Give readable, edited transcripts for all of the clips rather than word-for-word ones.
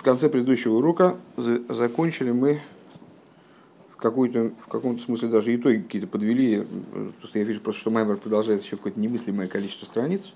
конце предыдущего урока закончили мы в каком-то смысле даже итоги какие-то подвели. Я вижу просто, что Маймер продолжает еще какое-то немыслимое количество страниц.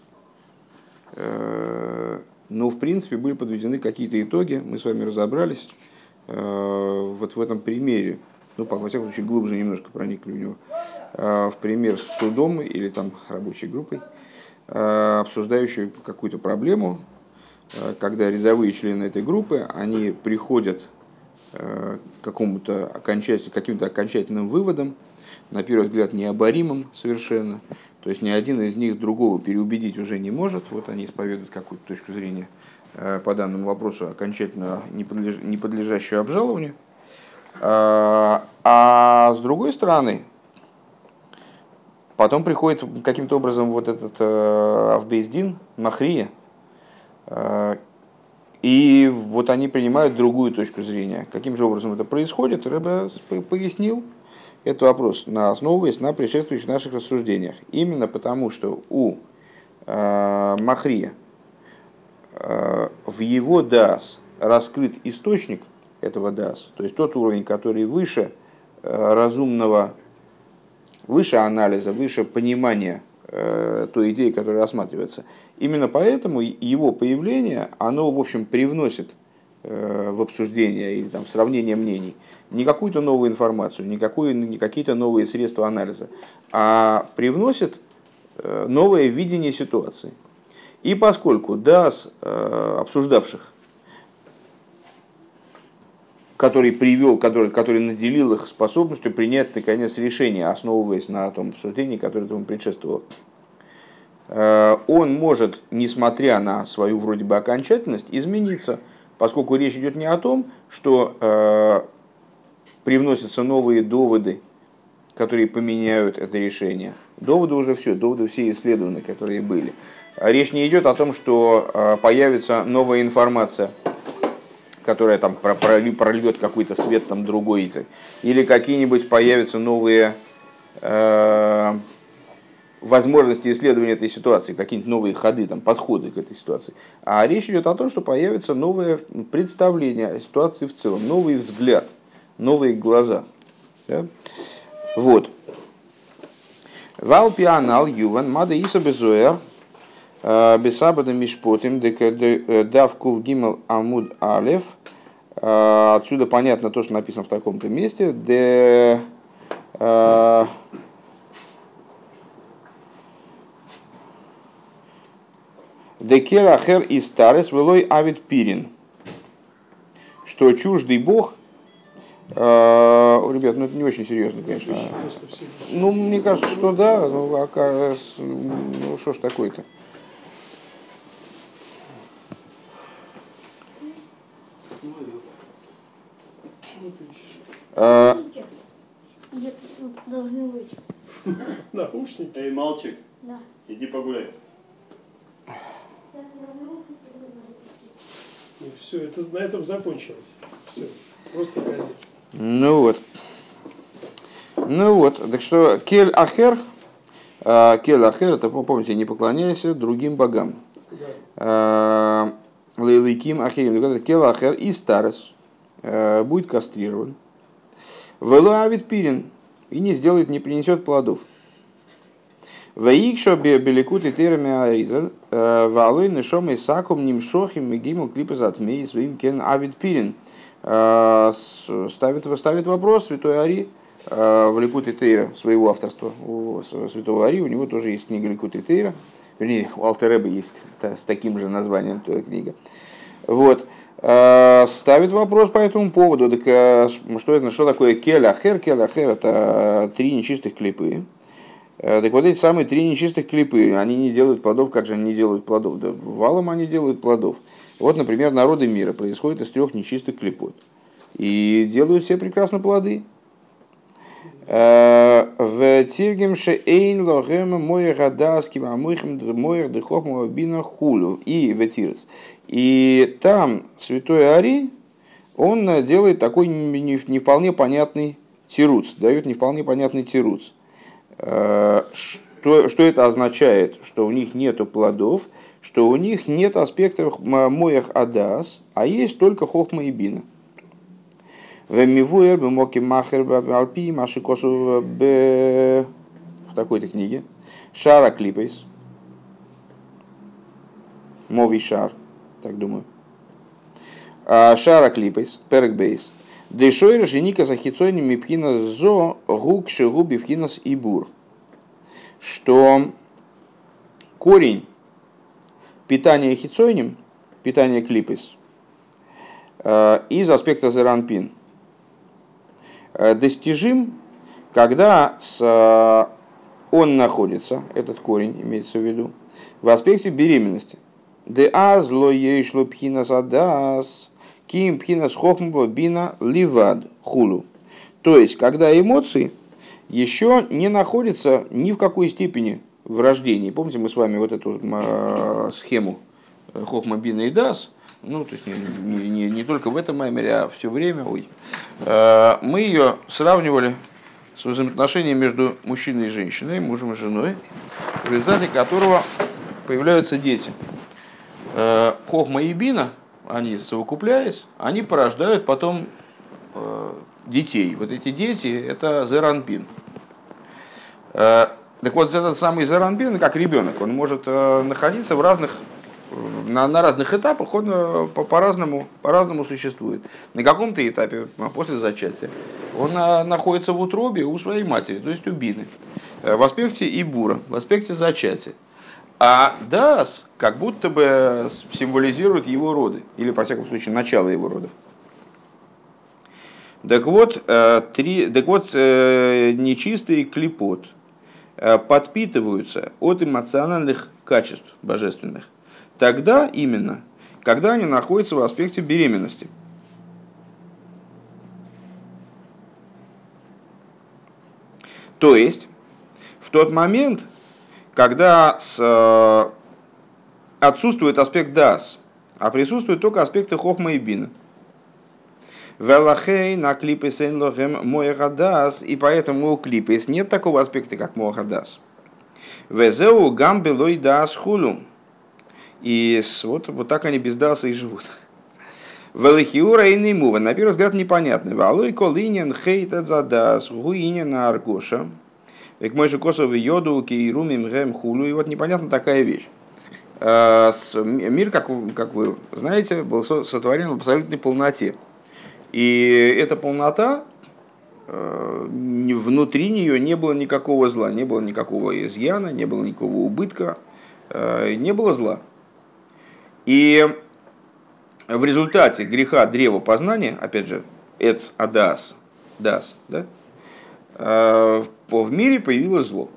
Но в принципе были подведены какие-то итоги, мы с вами разобрались вот в этом примере. Ну, во всяком случае, глубже немножко проникли в него. В пример с судом или там рабочей группой, обсуждающей какую-то проблему, когда рядовые члены этой группы, они приходят к каким-то окончательным выводам, на первый взгляд необоримым совершенно, то есть ни один из них другого переубедить уже не может, вот они исповедуют какую-то точку зрения по данному вопросу, окончательно не подлежащую обжалованию, а с другой стороны, потом приходит каким-то образом вот этот Авбейздин, Махрия, и вот они принимают другую точку зрения. Каким же образом это происходит, Ребе пояснил этот вопрос, основываясь на предшествующих наших рассуждениях. Именно потому, что у Махрия в его даас раскрыт источник этого даас, то есть тот уровень, который выше разумного, выше анализа, выше понимания той идеи, которая рассматривается. Именно поэтому его появление, оно, в общем, привносит в обсуждение или там, в сравнение мнений не какую-то новую информацию, не какие-то новые средства анализа, а привносит новое видение ситуации. И поскольку даас обсуждавших, который наделил их способностью принять, наконец, решение, основываясь на том обсуждении, которое этому предшествовало, он может, несмотря на свою вроде бы окончательность, измениться, поскольку речь идет не о том, что привносятся новые доводы, которые поменяют это решение. Доводы все исследованы, которые были. Речь не идет о том, что появится новая информация, которая там прольет какой-то свет там другой, или какие-нибудь появятся новые возможности исследования этой ситуации, какие-нибудь новые ходы, там, подходы к этой ситуации. А речь идет о том, что появится новое представление о ситуации в целом, новый взгляд, новые глаза. Да? Вот. Валпианал Юван, Мада Иса Безуэр, Бесабада Мишпотим, Давкув Гимел Амуд Алев. Отсюда понятно то, что написано в таком-то месте. Декерахер и старес велой авид пирин. Что чуждый бог. Ребят, ну это не очень серьезно, конечно. Ну, мне кажется, что да. Ну что ж такое-то? Где-то должны быть. Наушники. Эй, мальчик, Да. иди погуляй. И все, это на этом закончилось. Все, просто конец. Ну вот, так что кель ахер, это, помните, не поклоняйся другим богам. Лейликим ахерим, кель ахер и старес будет кастрирован. Велуавит пирин и не принесет плодов. Ваикшо беликут и терами аризаль, валой нешом и саком нимшохим и гимл клипы затмей своим кен авид пирин. Ставит вопрос святой Ари в Ликут и Тейра, своего авторства. У святого Ари у него тоже есть книга Ликут и Тейра. Вернее, у Алтер-Ребе есть с таким же названием твоя книга. Вот. Ставит вопрос по этому поводу. Так, что такое кель-ахер? Кель-ахер — это 3 нечистых клипы. Так вот эти самые 3 нечистых клипы, они не делают плодов. Как же они не делают плодов? Да валом они делают плодов. Вот, например, народы мира происходят из 3 нечистых клипот. И делают все прекрасно плоды. В Тиргемше эйн логем моя гадаски амыхм моя дыхохма бина хулю и ветирц. И там святой Ари, он делает такой не вполне понятный тируц, дает не вполне понятный тируц. что это означает? Что у них нет плодов, что у них нет аспектов моях адас, а есть только хохма и бина. В такой-то книге. Шара клипейс. Мови шар, так думаю. Шара клипейс, перекбейс. Дешойра женика захицойни мипхина зо гук шигуби вхинас ибур. Что корень питания хицойним, питания клипейс, из аспекта зеранпин достижим, когда он находится, этот корень имеется в виду, в аспекте беременности. Де азло ешло пхинас адас, ким пхинас хохмба бина ливад хулу. То есть, когда эмоции еще не находятся ни в какой степени в рождении. Помните, мы с вами вот эту схему хохма бина и дас, ну, то есть не только в этом маймере, а все время, мы ее сравнивали с взаимоотношением между мужчиной и женщиной, мужем и женой, в результате которого появляются дети. Хохма и бина, они совокупляясь, они порождают потом детей. Вот эти дети – это зеранпин. Так вот, этот самый зеранпин, как ребенок, он может находиться в разных, на разных этапах, он по-разному существует. На каком-то этапе, после зачатия, он находится в утробе у своей матери, то есть у бины, в аспекте ибура, в аспекте зачатия. А дас как будто бы символизирует его роды, или, по всякому случаю, начало его родов. Так вот, нечистый клипот подпитываются от эмоциональных качеств божественных. Тогда именно, когда они находятся в аспекте беременности. То есть, в тот момент, когда отсутствует аспект дас, а присутствует только аспекты хохма и бина. Велахей на клипе сейн лохем моехадас, и поэтому у клипес нет такого аспекта, как моехадас. Везеу гамбелой дас хулу. И вот так они без даса и живут. Велихиура и неймува, на первый взгляд непонятно. Валой колинен хейтед за дас, гуинен аргоша. Как мой же косов йоду кейрумим гэм хулу. И вот непонятна такая вещь. Мир, как вы знаете, был сотворен в абсолютной полноте. И эта полнота, внутри нее не было никакого зла, не было никакого изъяна, не было никакого убытка, не было зла. И в результате греха древа познания, опять же, эц адас, дас, да, в мире появилось зло.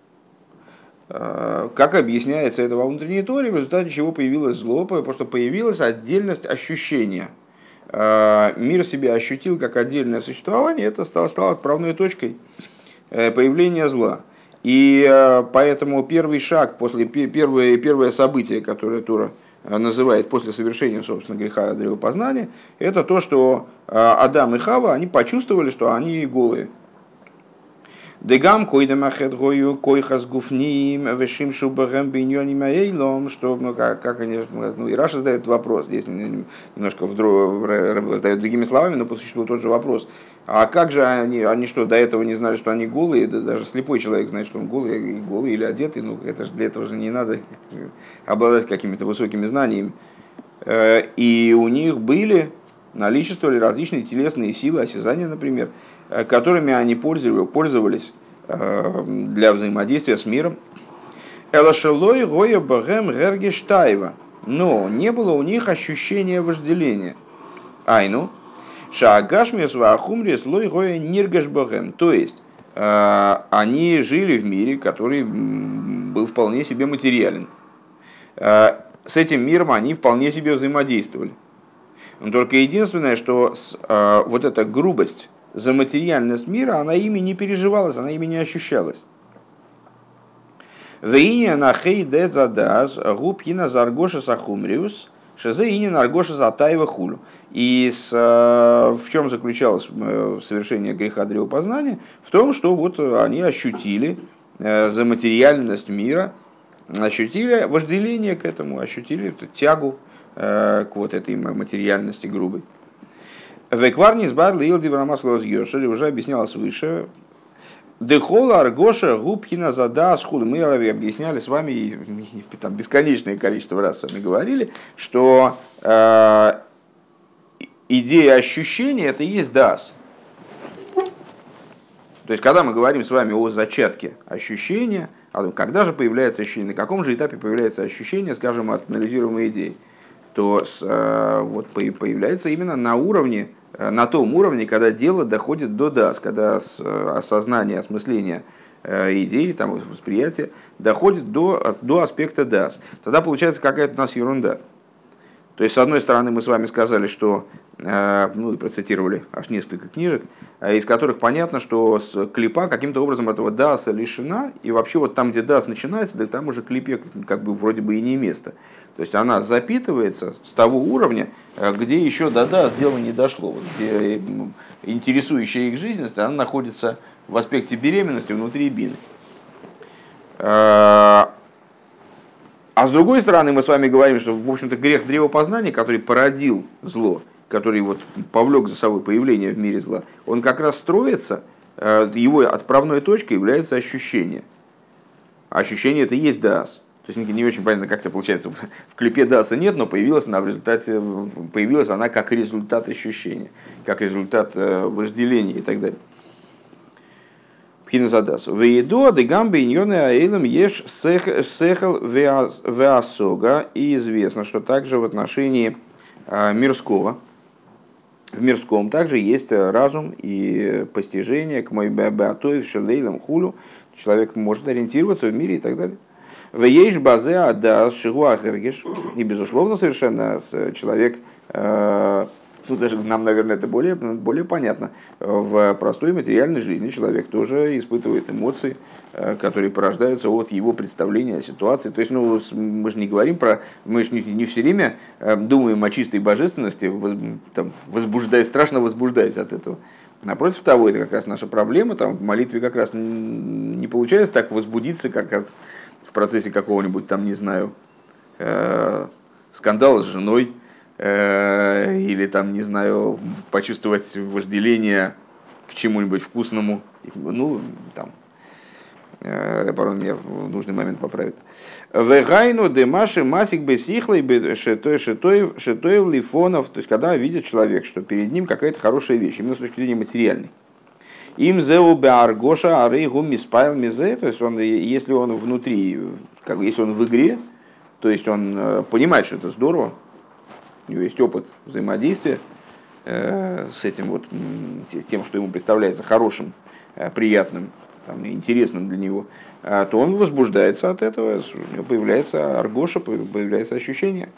Как объясняется это во внутренней Торе, в результате чего появилось зло, потому что появилась отдельность ощущения. Мир себя ощутил как отдельное существование, это стало отправной точкой появления зла. И поэтому первый шаг, первое событие, которое Тора называет после совершения, собственно, греха древопознания, это то, что Адам и Хава, они почувствовали, что они голые. Дегам койдамахет гою койхас гуфним вешим шубагэм биньоним аэйлом, что, как они, и Раша задает вопрос, здесь немножко задает другими словами, но по существу тот же вопрос. А как же они что, до этого не знали, что они голые? Да, даже слепой человек знает, что он голый или одетый, ну это же для этого же не надо обладать какими-то высокими знаниями. И у них наличествовали различные телесные силы, осязания, например, которыми они пользовались для взаимодействия с миром. Элашелой гоя богем гергештаева. Но не было у них ощущения вожделения. Айну. Шаагашмиус ваахумрис лой гоя ниргаш богем. То есть, они жили в мире, который был вполне себе материален. С этим миром они вполне себе взаимодействовали. Но только единственное, что вот эта грубость, за материальность мира, она ими не переживалась, она ими не ощущалась. И в чем заключалось совершение греха древопознания? В том, что вот они ощутили за материальность мира, ощутили вожделение к этому, ощутили эту тягу к вот этой материальности грубой. Векварнис бар лил дибрамаслос йошери уже объяснялось выше. Дехола аргоша губхина зада схуд. Мы объясняли с вами, и там бесконечное количество раз с вами говорили, что идея ощущения это и есть дас. То есть, когда мы говорим с вами о зачатке ощущения, когда же появляется ощущение, на каком же этапе появляется ощущение, скажем, от анализируемой идеи, то вот, появляется именно на уровне, на том уровне, когда дело доходит до дас, когда осознание, осмысление идеи, там, восприятия доходит до аспекта дас. Тогда получается какая-то у нас ерунда. То есть, с одной стороны, мы с вами сказали, что, ну и процитировали аж несколько книжек, из которых понятно, что клипа каким-то образом этого даса лишена, и вообще вот там, где дас начинается, да там уже клипе как бы вроде бы и не место. То есть она запитывается с того уровня, где еще до дас дело не дошло, вот где интересующая их жизненность, она находится в аспекте беременности внутри бины. А с другой стороны, мы с вами говорим, что, в общем-то, грех древопознания, который породил зло, который вот повлек за собой появление в мире зла, он как раз строится, его отправной точкой является ощущение. А ощущение это и есть даас. То есть не очень понятно, как это получается. В клипе дааса нет, но появилась она как результат ощущения, как результат вожделения и так далее. Веедо дегамбе иньоне аэлем еш сехал веасога. И известно, что также в отношении мирского, в мирском также есть разум и постижение к мой беатоев шелейлам хулю. Человек может ориентироваться в мире и так далее. Вееш базе адас шигуахергеш. И безусловно совершенно человек, тут даже нам, наверное, это более понятно. В простой материальной жизни человек тоже испытывает эмоции, которые порождаются от его представления о ситуации. То есть, ну, мы же не говорим про... Мы же не все время думаем о чистой божественности, там, страшно возбуждаясь от этого. Напротив того, это как раз наша проблема. Там, в молитве как раз не получается так возбудиться, как в процессе какого-нибудь, там, не знаю, скандала с женой, или там, не знаю, почувствовать вожделение к чему-нибудь вкусному. Ну, там, порой меня в нужный момент поправит. Вегайну демаши масик бесихлой шетоев лифонов. То есть, когда видит человек, что перед ним какая-то хорошая вещь, именно с точки зрения материальной. Им зеу беаргоша арейгу миспайл мизе. То есть, если он внутри, если он в игре, то есть он понимает, что это здорово, у него есть опыт взаимодействия с этим вот, с тем, что ему представляется хорошим, приятным, там, интересным для него, то он возбуждается от этого, у него появляется аргоша, появляется ощущение.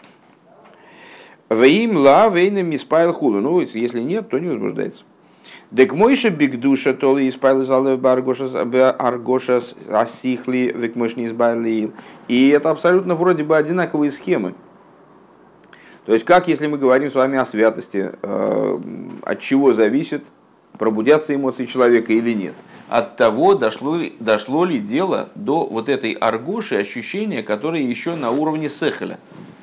Веим ла вейна миспайл хулу. Ну, если нет, то не возбуждается. Дек мойша бигдуша толи испайл залев аргоша асихли векмышни избавили. И это абсолютно вроде бы одинаковые схемы. То есть, как если мы говорим с вами о святости, от чего зависит, пробудятся эмоции человека или нет? От того, дошло ли дело до вот этой аргоши, ощущения, которые еще на уровне сехеля.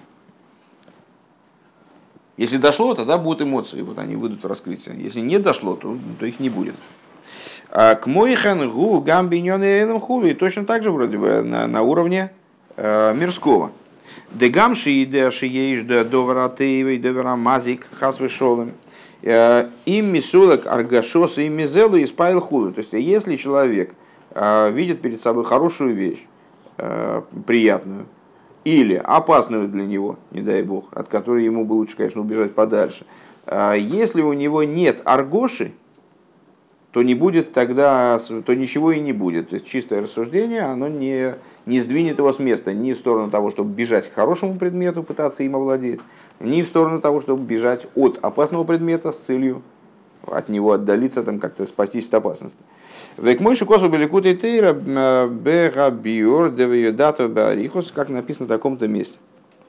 Если дошло, тогда будут эмоции, вот они выйдут в раскрытие. Если не дошло, то их не будет. К моихан гу гамбиньон хулу, и точно так же вроде бы на уровне мирского. Дегамши идеаши ейжда доваратеевой доварамазик хасвешолым. Им мисулак аргашос и мизелу и спайл хулу. То есть, если человек видит перед собой хорошую вещь, приятную, или опасную для него, не дай бог, от которой ему бы лучше, конечно, убежать подальше, если у него нет аргоши, то не будет тогда, то ничего и не будет. То есть чистое рассуждение, оно не сдвинет его с места ни в сторону того, чтобы бежать к хорошему предмету, пытаться им овладеть, ни в сторону того, чтобы бежать от опасного предмета с целью от него отдалиться, там как-то спастись от опасности. Век мой шикосу беликуты тейра бегабиор девиодато барихос, как написано в таком-то месте.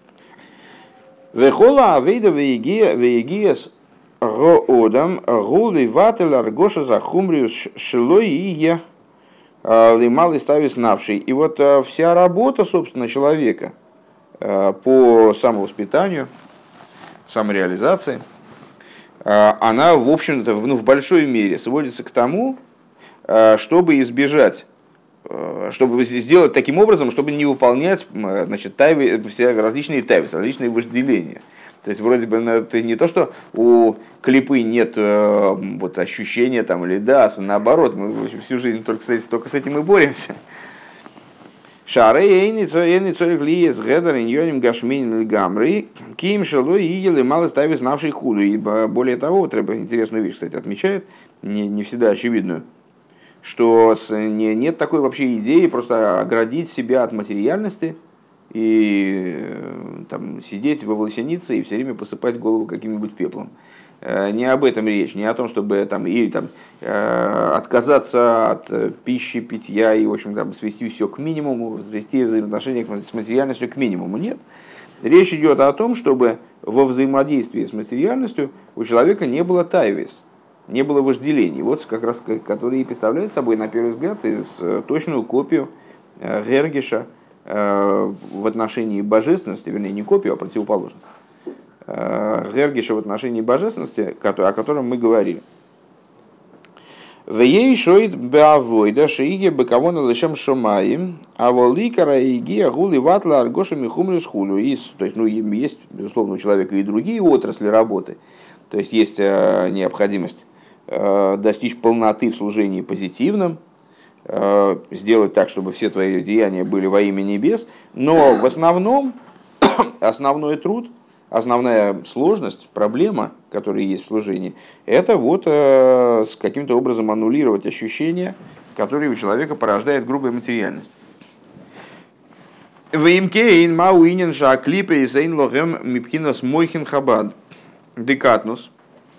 Вехола авейда веегиес роодам гулы ватель аргоша за хумриус шилой и я лимал ставис навший. И вот вся работа, собственно, человека по самовоспитанию, самореализации, она, в общем-то, в большой мере сводится к тому, чтобы избежать, чтобы сделать таким образом, чтобы не выполнять, значит, все различные тайвис, различные вожделения. То есть, вроде бы, это не то, что у клипы нет вот, ощущения там, или даса, наоборот, мы всю жизнь только с этим и боремся. Шары эйни цорик ли с гедер иньоним гашмин гамри ким шелу и ели мало ставит знавший худу. И более того, вот Рэбе интересную вещь, кстати, отмечает, не всегда очевидную, что нет такой вообще идеи просто оградить себя от материальности и там, сидеть во власенице и все время посыпать голову каким-нибудь пеплом. Не об этом речь, не о том, чтобы там, или, там, отказаться от пищи, питья и, в общем, там, свести все к минимуму, свести взаимоотношения с материальностью к минимуму. Нет. Речь идет о том, чтобы во взаимодействии с материальностью у человека не было тайвис, не было вожделений. Вот как раз, которые представляют собой, на первый взгляд, точную копию Гергеша в отношении божественности, вернее, не копию, а противоположность. Гергеша в отношении божественности, о котором мы говорили. В ей шоит беавойда шииге бекавона лишем шомаим, а воликара иги агули ватла аргошами хумрис хулю. То есть, есть, безусловно, у человека и другие отрасли работы. То есть, есть необходимость достичь полноты в служении позитивном, сделать так, чтобы все твои деяния были во имя небес. Но в основном основной труд, основная сложность, проблема, которая есть в служении, это вот с каким-то образом аннулировать ощущения, которые у человека порождает грубая материальность. Веймкейн мауинен шаклипе изейн логем мипхинас мойхин хабад декатнус.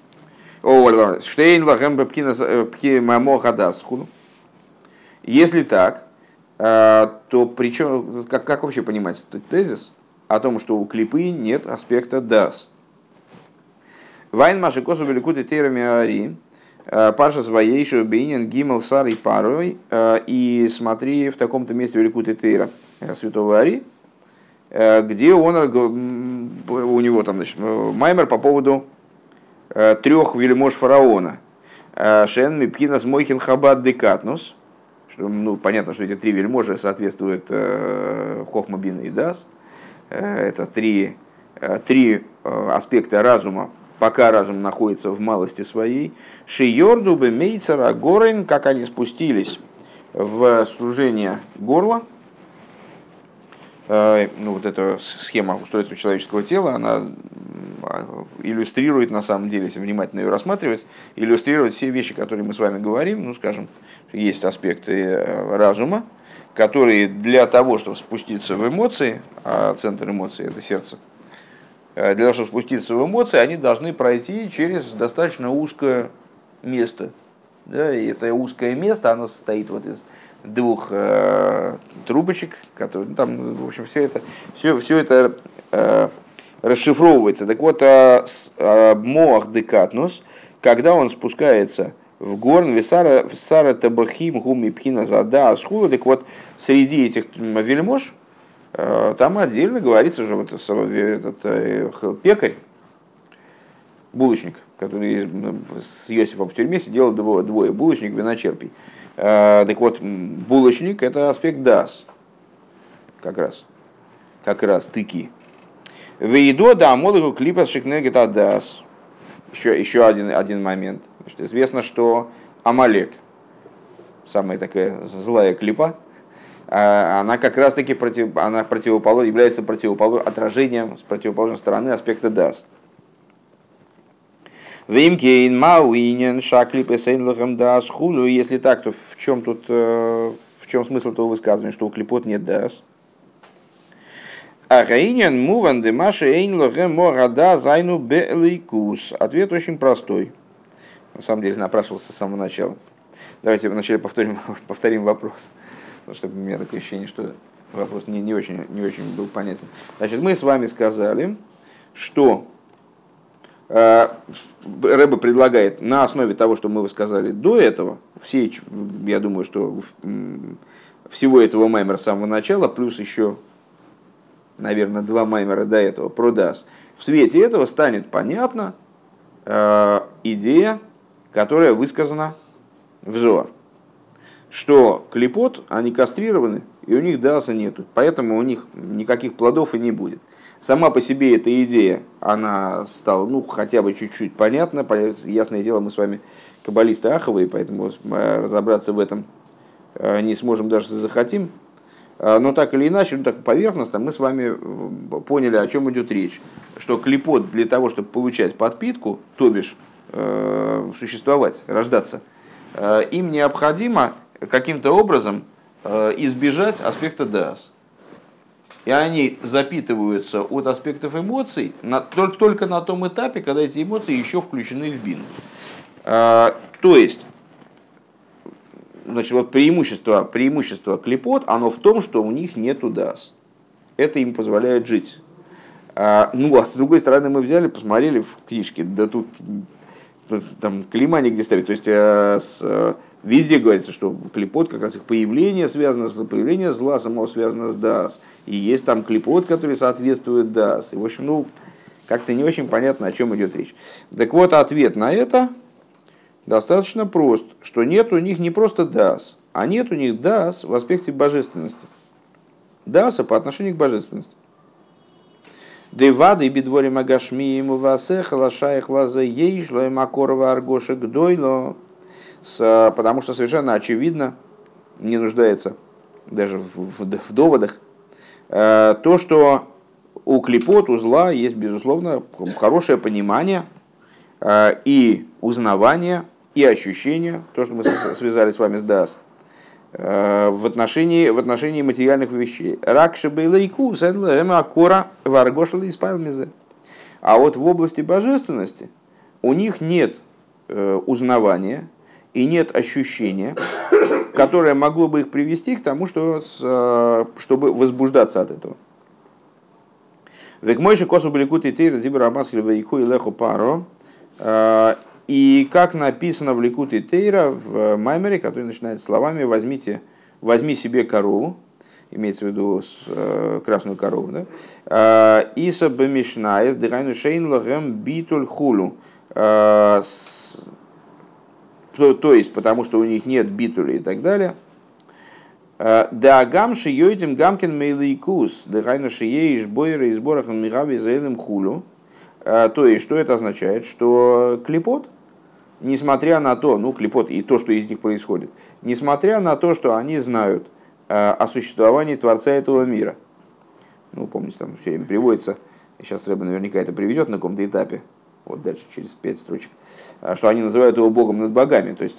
Штейн логем мипхинас мамохадасху. Если так, то причем, как вообще понимать этот тезис о том, что у клипы нет аспекта дас? Вайн маши косу великуты тейрами ари, паша своейшую бейнин гимел сарой парой, и смотри в таком-то месте великуты тейра святого Ари, где он, у него там, значит, маймер по поводу трех вельмож фараона. Шен мипкинас мойхин хабад декатнус. Понятно, что эти три вельможи соответствуют хохма, бина и дас. Это три аспекта разума, пока разум находится в малости своей. Шиорду бы мейцера горен, как они спустились в служение горла. Вот эта схема устройства человеческого тела, она иллюстрирует, на самом деле, если внимательно ее рассматривать, иллюстрирует все вещи, которые мы с вами говорим. Скажем, есть аспекты разума, которые для того, чтобы спуститься в эмоции, а центр эмоций — это сердце, для того, чтобы спуститься в эмоции, они должны пройти через достаточно узкое место. Да, и это узкое место, оно состоит вот из двух трубочек, которые, там, в общем, все это расшифровывается. Так вот, моах декатнус, когда он спускается в горн, висара табахим гуми пхина зада асхула, так вот, среди этих вельмож, там отдельно говорится, что вот этот пекарь, булочник, который с Йосифом в тюрьме сидел двое, булочник, виночерпий. Так вот, булочник — это аспект дас, как раз тыки. Вейдо да молодого клипа шикнегет адас. Еще один момент. Значит, известно, что Амалек, самая такая злая клипа, она как раз таки является отражением с противоположной стороны аспекта дас. Вимкейн мауинен шаклипе сейнлохем дас хулю. Если так, то в чем смысл того высказывания, что у клипот нет дас? Агаинен муван демаши эйнлохем морада зайну беликус. Ответ очень простой. На самом деле напрашивался с самого начала. Давайте вначале повторим вопрос, потому что у меня такое ощущение, что вопрос не очень был понятен. Значит, мы с вами сказали, что Рэбе предлагает на основе того, что мы сказали до этого, я думаю, что всего этого маймера с самого начала, плюс еще, наверное, 2 маймера до этого про Даас, в свете этого станет понятна идея, которая высказана в Зоар, что клипот, они кастрированы, и у них Дааса нету, поэтому у них никаких плодов и не будет. Сама по себе эта идея, она стала хотя бы чуть-чуть понятна. Ясное дело, мы с вами каббалисты аховые, поэтому разобраться в этом не сможем даже если захотим. Но так или иначе, так поверхностно, мы с вами поняли, о чем идет речь. Что клипот для того, чтобы получать подпитку, то бишь существовать, рождаться, им необходимо каким-то образом избежать аспекта Даас. И они запитываются от аспектов эмоций только на том этапе, когда эти эмоции еще включены в бин. То есть, значит, вот преимущество клипот, оно в том, что у них нету Даас. Это им позволяет жить. А с другой стороны, мы взяли, посмотрели в книжке, да тут там клима нигде ставить. То есть, везде говорится, что клипот, как раз их появление зла самого связано с Даас. И есть там клипот, который соответствует Даас. И, в общем, как-то не очень понятно, о чем идет речь. Так вот, ответ на это достаточно прост, что нет у них не просто Даас, а нет у них Даас в аспекте божественности. Дааса по отношению к божественности. Девады бедвори магашми ему васех лашаих лаза ейшло и макорова аргоша гдойло. Потому что совершенно очевидно, не нуждается даже в доводах, то, что у клипот, у зла есть, безусловно, хорошее понимание и узнавание, и ощущение, то, что мы связали с вами с Даас, в отношении материальных вещей. А вот в области божественности у них нет узнавания, и нет ощущения, которое могло бы их привести к тому, чтобы возбуждаться от этого. И как написано в Ликут Тейра, в Маймере, который начинается словами «возьми себе корову», имеется в виду красную корову, да? «Иса бемишнаес дыхайну шейн лагем битуль хулу». То есть, потому что у них нет битуля и так далее. Даагамши йойдем гамкин мейлейкус, дыхайнаши еиш бойры и сборахам мигави заэлем хулю. То есть, что это означает? Что клипот, несмотря на то, клипот и то, что из них происходит, несмотря на то, что они знают о существовании Творца этого мира. Помните, там все время приводится, сейчас Рэбе наверняка это приведет на каком-то этапе, вот дальше через 5 строчек, что они называют его Богом над богами. То есть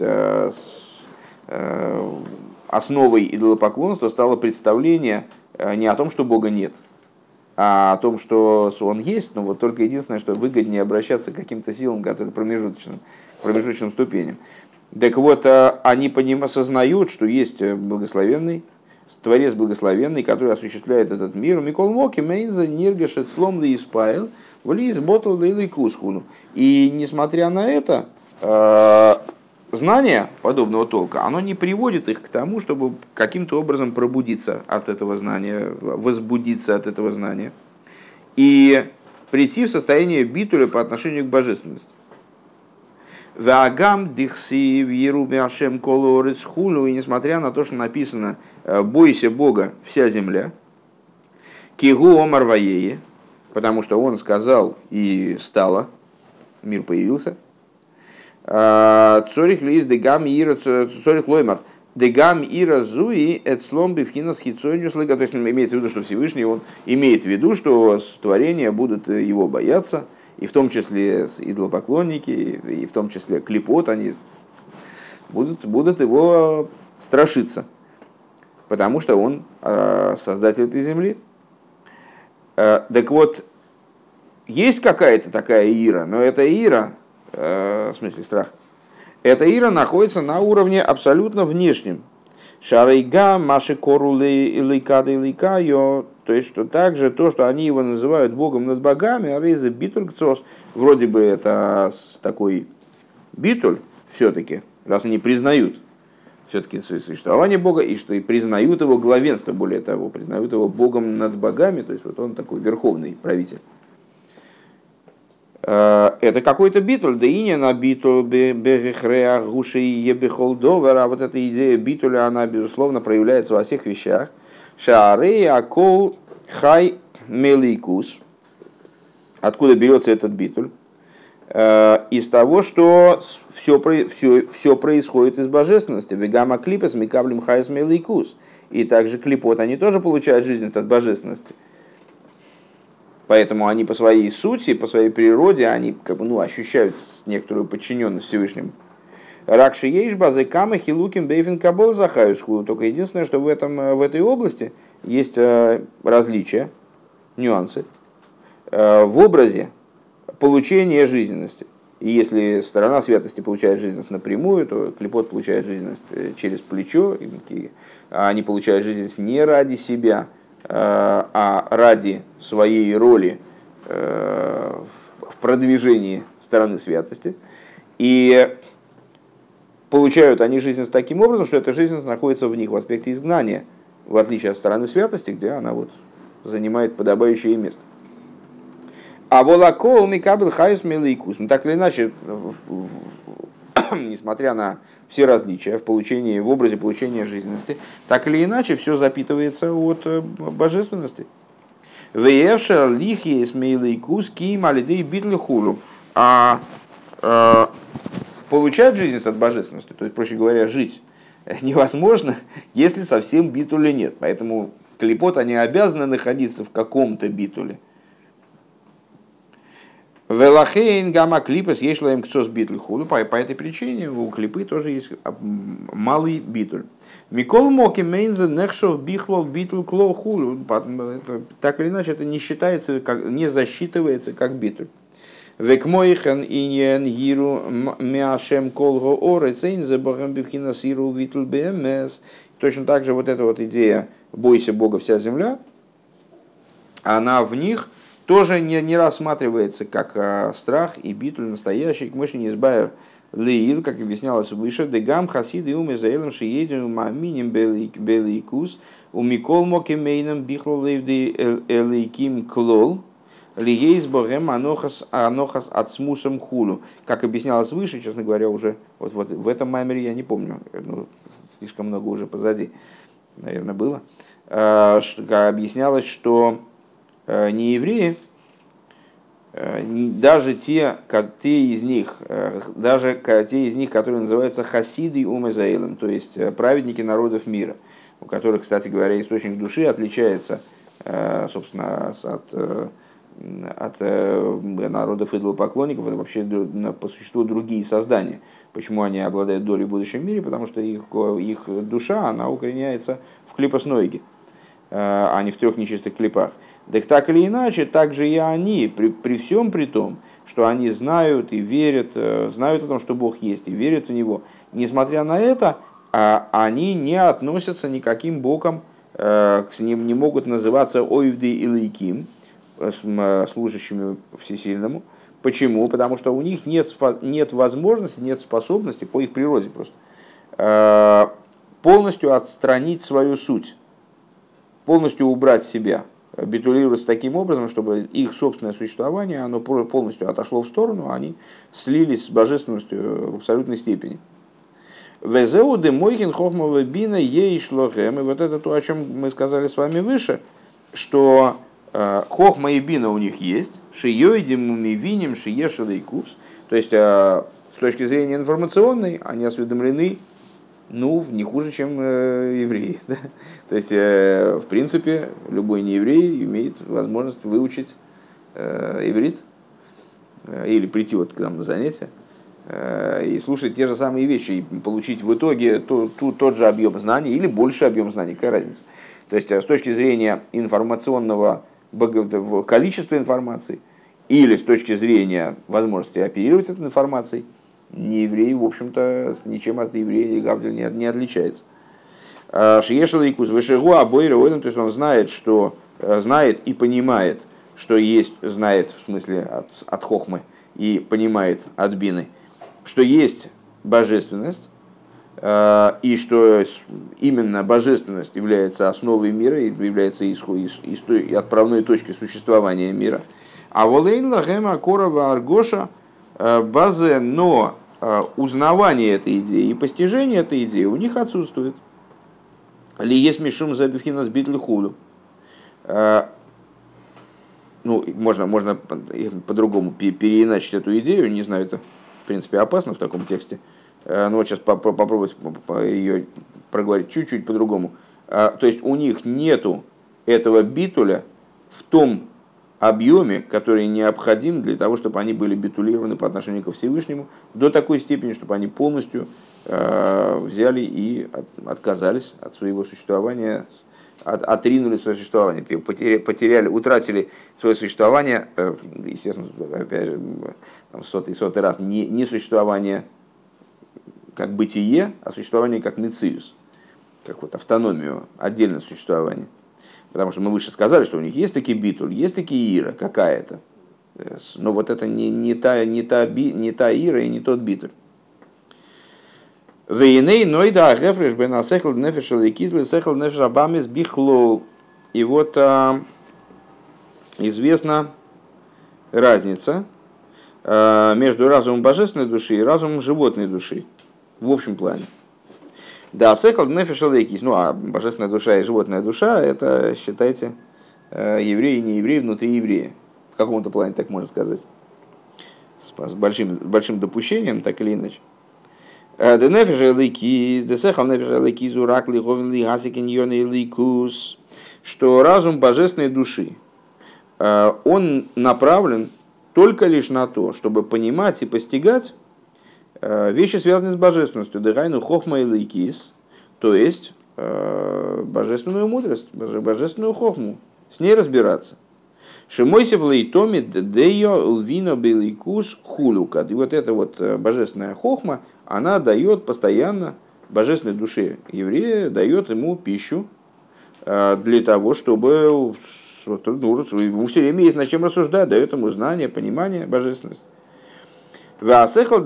основой идолопоклонства стало представление не о том, что Бога нет, а о том, что Он есть, но вот только единственное, что выгоднее обращаться к каким-то силам, которые промежуточным ступеням. Так вот, они осознают, что есть благословенный, Творец благословенный, который осуществляет этот мир. Микол Моки, Мейнза, Ниргашет, Слом, да Испайл, Влиз, Ботл, да Илайкусхуну. И несмотря на это, знание подобного толка, оно не приводит их к тому, чтобы каким-то образом пробудиться от этого знания, возбудиться от этого знания и прийти в состояние битуля по отношению к божественности. Ваагам дихси в Еруме Ашем колорец хулу, и несмотря на то, что написано «бойся Бога, вся земля», кигу омар ваее, потому что он сказал и стало, мир появился, цорих лиз дегам ира цорих лоймар дегам ира зуи эцлом бифхинас хитсониус лыга, то есть имеется в виду, что Всевышний он имеет в виду, что творения будут его бояться, и в том числе идолопоклонники, и в том числе клипот, они будут его страшиться, потому что он создатель этой земли. Так вот, есть какая-то такая ира, но эта ира, в смысле страх, эта ира находится на уровне абсолютно внешнем. Шарейга, Маши Кору Лейкады Лейкайо, то есть, что также то, что они его называют Богом над богами, Арейза Битулькцос, вроде бы это такой битуль все-таки, раз они признают все-таки существование Бога, и что и признают его главенство, более того, признают его Богом над богами, то есть вот он такой верховный правитель. Это какой-то битуль, да и не на битуль бехреа гуши ебехолдовер, а вот эта идея битуля, она, безусловно, проявляется во всех вещах. Шаарей акол хай меликус. Откуда берется этот битуль? Из того, что все происходит из божественности. Вегама клипас микаблим хайс меликус. И также клипот, они тоже получают жизнь от божественности. Поэтому они по своей сути, по своей природе, они ощущают некоторую подчиненность Всевышнему. Ракши ейш базы камы хилуким бейфин кабол захаюсху. Только единственное, что в этой области есть различия, нюансы в образе получения жизненности. И если сторона святости получает жизненность напрямую, то клипот получает жизненность через плечо. Они получают жизненность не ради себя, а ради своей роли в продвижении стороны святости. И получают они жизненность таким образом, что эта жизненность находится в них в аспекте изгнания, в отличие от стороны святости, где она занимает подобающее место. А волокол микабел хайс меликус. Ну, так или иначе, несмотря на все различия в образе получения жизненности, так или иначе, все запитывается от божественности. Веевшер лихи с меликус ким алидей битли хулу. А получать жизненность от божественности, то есть, проще говоря, жить невозможно, если совсем битуля нет. Поэтому клипот, они обязаны находиться в каком-то битуле. Велахейн гамма клипас ешлаем кцос битуль худу. По этой причине у клипы тоже есть малый битуль. Микол моки мейнзе нехшов бихлол битуль клол худу. Так или иначе, это не считается, не засчитывается как битуль. Векмоихен иньен гиру мяшем колго орецейн за богом бифхинасиру битуль бмс. Точно так же вот эта вот идея «бойся Бога вся земля», она в них тоже не рассматривается как страх и битуль настоящий. К мыши не избавер леил, как объяснялось выше, дегам хасиды уме заэлем шиедем маминим беликус у микол мокимейном бихло лейвди элейким клол лиейс богем анохас от смусом хулу. Как объяснялось выше, честно говоря, уже вот в этом маймере я не помню, слишком много уже позади, наверное, было. Объяснялось, что неевреи, даже те из них, которые называются хасиды умезаэлем, то есть праведники народов мира, у которых, кстати говоря, источник души отличается, собственно, от народов идолопоклонников, это вообще по существу другие создания. Почему они обладают долей в будущем мире? Потому что их душа, она укореняется в клипосноиге, а не в трех нечистых клипах. Так или иначе, так же и они, при всем при том, что они знают и верят, знают о том, что Бог есть, и верят в Него, несмотря на это, они не относятся никаким боком, к ним не могут называться ойвды и лейким, служащими Всесильному. Почему? Потому что у них нет возможности, нет способности, по их природе просто, полностью отстранить свою суть, полностью убрать себя, битулироваться таким образом, чтобы их собственное существование оно полностью отошло в сторону, а они слились с божественностью в абсолютной степени. Везеу де мойхин хохмова бина ейшлохем. И вот это то, о чем мы сказали с вами выше, что хохма и бина у них есть, шиёйдим мы виним шиешелейкус. То есть, с точки зрения информационной, они осведомлены, не хуже, чем евреи. Да? То есть, в принципе, любой нееврей имеет возможность выучить иврит или прийти к нам на занятия и слушать те же самые вещи, и получить в итоге тот же объем знаний или больше объем знаний, какая разница. То есть, с точки зрения информационного количества информации или с точки зрения возможности оперировать этой информацией, нееврей, в общем-то, ничем от еврея и Гавделя не отличается. Шиешел Икус, Вышегу Абойра Ойдам, то есть он знает, что знает и понимает, что есть, знает в смысле от хохмы и понимает от бины, что есть божественность, и что именно божественность является основой мира и является отправной точкой существования мира. А волейн лагема корова аргоша базе, но узнавание этой идеи и постижение этой идеи у них отсутствует. Ли есть мишум забивхина сбитлю худу. Ну, можно по-другому переиначить эту идею, не знаю, это в принципе опасно в таком тексте. Но вот сейчас попробовать ее проговорить чуть-чуть по-другому. То есть у них нету этого битуля в том объеме, который необходим для того, чтобы они были битулированы по отношению ко Всевышнему до такой степени, чтобы они полностью взяли и отказались от своего существования, отринули свое существование, потеряли, утратили свое существование, естественно, опять же, сотый раз, не существование как бытие, а существование как мециус, как вот автономию, отдельное существование. Потому что мы выше сказали, что у них есть таки битуль, есть таки ира какая-то. Но вот это не та ира и не тот битуль. И вот известна разница между разумом божественной души и разумом животной души в общем плане. Да, сехал нефеш алейкис. Ну, а божественная душа и животная душа, это, считайте, евреи и не евреи внутри еврея. В каком-то плане, так можно сказать. С большим допущением, так или иначе. Да нефеш алейкис, да сехал нефеш алейкис, урак ли говен ли гасикин йоны лейкус. Что разум божественной души, он направлен только лишь на то, чтобы понимать и постигать вещи, связанные с божественностью, дыхайну хохма и лейкис, то есть божественную мудрость, божественную хохму, с ней разбираться. Шимойсев лейтоми деyo увино белейкус хулука. И вот эта вот божественная хохма, она дает постоянно божественной душе еврея, дает ему пищу для того, чтобы ему все время есть над чем рассуждать, дает ему знание, понимание, божественность. А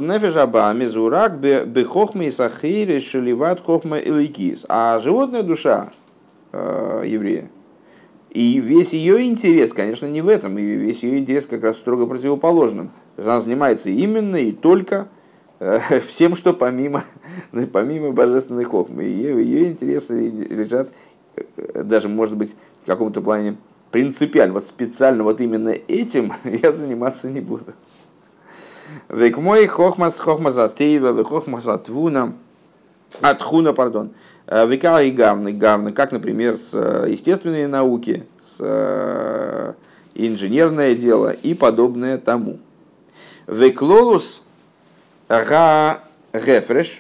животная душа еврея, и весь ее интерес, конечно, не в этом, и весь ее интерес как раз строго противоположным. Она занимается именно и только всем, что помимо божественной хохмы. Ее интересы лежат даже, может быть, в каком-то плане принципиально. Вот специально вот именно этим я заниматься не буду. Век мой хохмас атеева, век хохмас атвуна, атхуна, пардон. Века и гавны, как, например, с естественной науки, с инженерное дело и подобное тому. Век лолус га рефреш.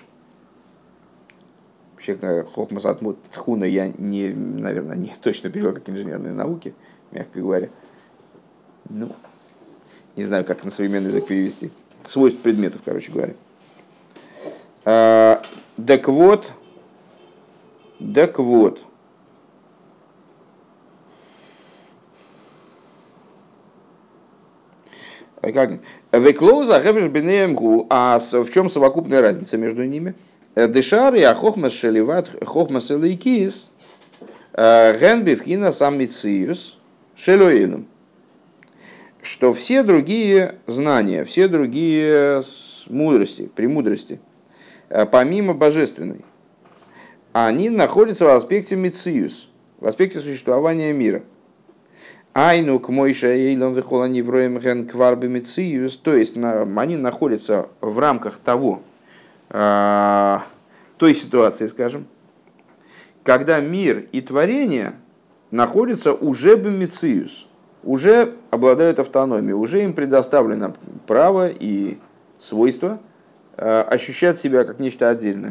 Вообще, хохмас атхуна я наверное, не точно перевел как инженерные науки, мягко говоря. Ну, не знаю, как на современный язык перевести. Свойств предметов, короче говоря. Так вот. Веклоуза гевеш бенеемгу. А в чем совокупная разница между ними? Дешари ахохмас шеливат хохмас элейкис генбивхина самициус шелоином. Что все другие знания, все другие мудрости, премудрости, помимо божественной, они находятся в аспекте мециус, в аспекте существования мира. Айну к мойша эйлом вихола невроем ген кварбе мециус, то есть они находятся в рамках того, той ситуации, скажем, когда мир и творение находятся уже бемециус, уже обладают автономией, уже им предоставлено право и свойство ощущать себя как нечто отдельное.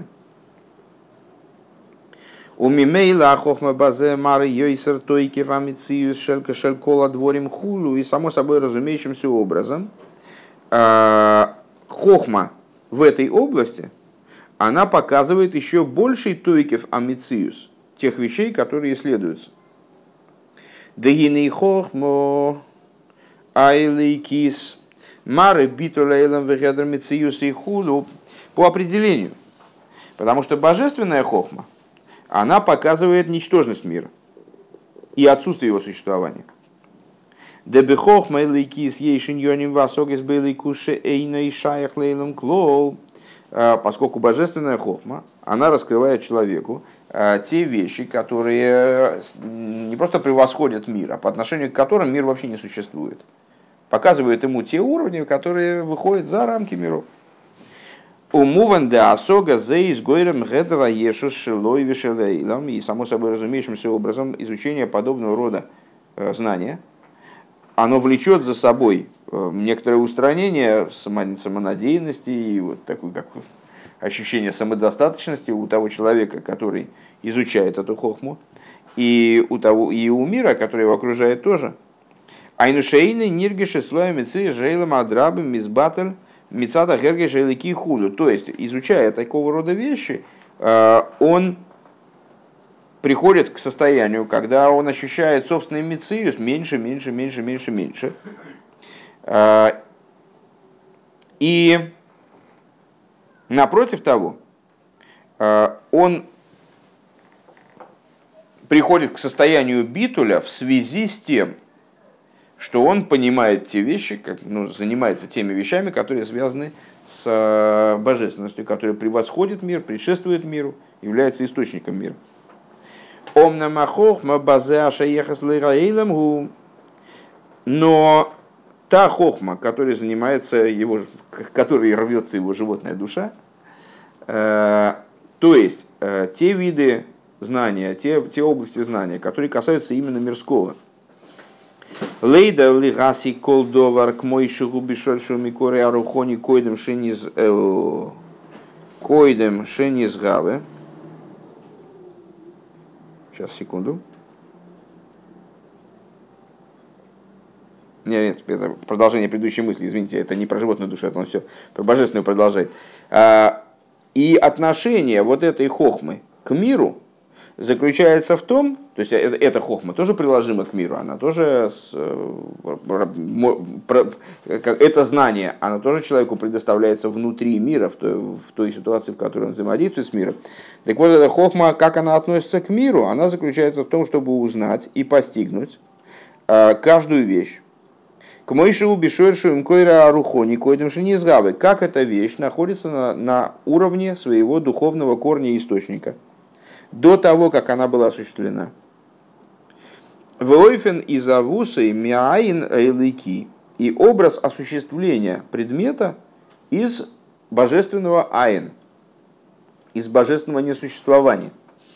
У мимейла хохма базе мары йойсер тойки фамициус шелька шелькола дворим хулу. И само собой разумеющимся образом хохма в этой области, она показывает еще больший тойкев амициус, тех вещей, которые исследуются. Дегиней хохмо айлейкис мары битулейлам вегедр мициус и худу по определению. Потому что божественная хохма, она показывает ничтожность мира и отсутствие его существования. Дебехохма айлейкис ейшиньоним васогис бейлейкуше эйной шаях лейлам клол. Поскольку божественная хохма, она раскрывает человеку те вещи, которые не просто превосходят мир, а по отношению к которым мир вообще не существует. Показывает ему те уровни, которые выходят за рамки миров. Умуван де асога зейс гойрем гедра ешус шилой вишелейлам. И само собой разумеющимся образом изучение подобного рода знания, оно влечет за собой некоторое устранение самонадеянности и вот такое как ощущение самодостаточности у того человека, который изучает эту хохму, и у мира, который его окружает тоже. Айнушейны ниргиши слоя мицы жейлам адрабы мизбатель мицада гергеши лики худу. То есть, изучая такого рода вещи, он приходит к состоянию, когда он ощущает собственный мициус меньше. И напротив того, он приходит к состоянию битуля в связи с тем, что он понимает те вещи, занимается теми вещами, которые связаны с божественностью, которые превосходят мир, предшествуют миру, является источником мира. Но та хохма, которой занимается которой рвется его животная душа, то есть те виды знания, те области знания, которые касаются именно мирского. Лейда лигаси колдовар к мойшигу бишольшу микоре арухони койдем шениз гаве. Сейчас, секунду. Нет, это продолжение предыдущей мысли, извините, это не про животную душу, это он все про божественную продолжает. И отношение вот этой хохмы к миру заключается в том, то есть эта хохма тоже приложима к миру, она тоже, это знание, оно тоже человеку предоставляется внутри мира, в той ситуации, в которой он взаимодействует с миром. Так вот, эта хохма, как она относится к миру, она заключается в том, чтобы узнать и постигнуть каждую вещь. К мойшеву бишойршу им койра арухони койдем шенизгавы, как эта вещь находится на уровне своего духовного корня и источника, до того, как она была осуществлена. Войфен из авусы мяин эйлики, и образ осуществления предмета из божественного айн, из божественного несуществования.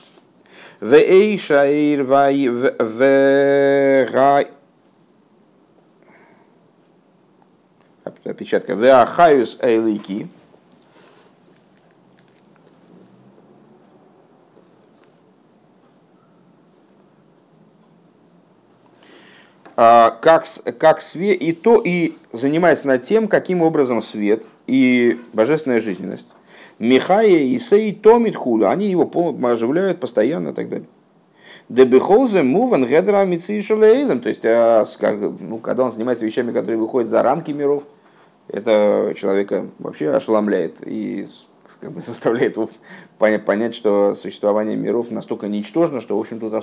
Опечатка. Веахаюс эйлики. Как свет, и занимается над тем, каким образом свет и божественная жизненность. Михая и Сей Томит Хула, они его оживляют постоянно и так далее. Дебихолзе муван гедра мицишалейлем, то есть, когда он занимается вещами, которые выходят за рамки миров, это человека вообще ошеломляет и заставляет его понять, что существование миров настолько ничтожно, что, в общем, тут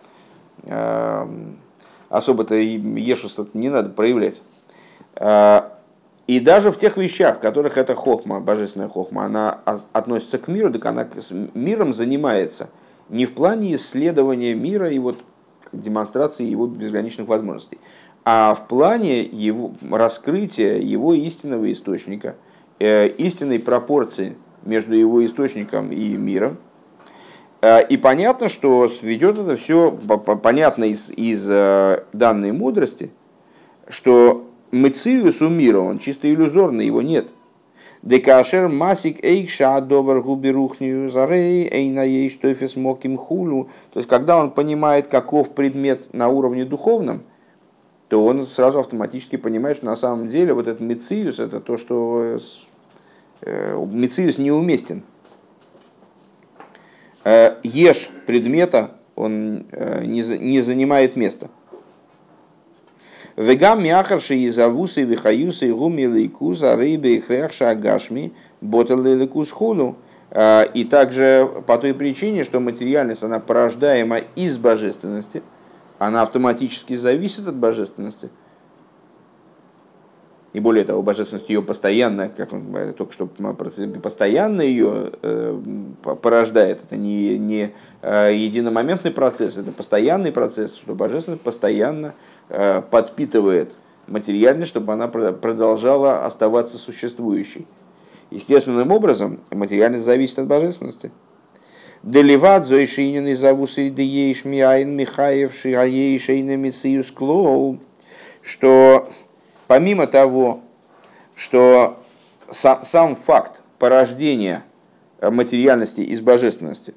особо-то ешуса не надо проявлять. И даже в тех вещах, в которых эта хохма, божественная хохма, она относится к миру, так она миром занимается не в плане исследования мира и вот демонстрации его безграничных возможностей, а в плане его раскрытия его истинного источника, истинной пропорции между его источником и миром. И понятно, что ведет это все, понятно из данной мудрости, что мециус у мира, он чисто иллюзорный, его нет. Декашер масик эйкша довар губерухнию зарей эйна ей штофес моким хулу. То есть, когда он понимает, каков предмет на уровне духовном, то он сразу автоматически понимает, что на самом деле вот этот мециус, это то, что мециус неуместен. еш предмета, он не занимает места. Вегам мяхарши и завусы вихаюсы гуми лейкуз арейбе и хряхша агашми ботал лейкуз хуну. И также по той причине, что материальность, она порождаема из божественности, она автоматически зависит от божественности. И более того, божественность ее постоянно, как он только что постоянно ее порождает. Это не единомоментный процесс, это постоянный процесс, что божественность постоянно подпитывает материальность, чтобы она продолжала оставаться существующей. Естественным образом материальность зависит от божественности. Деливат зоишинин завусы дееш миайн михаев шиаейшейна мициюс клоу, что помимо того, что сам факт порождения материальности из божественности,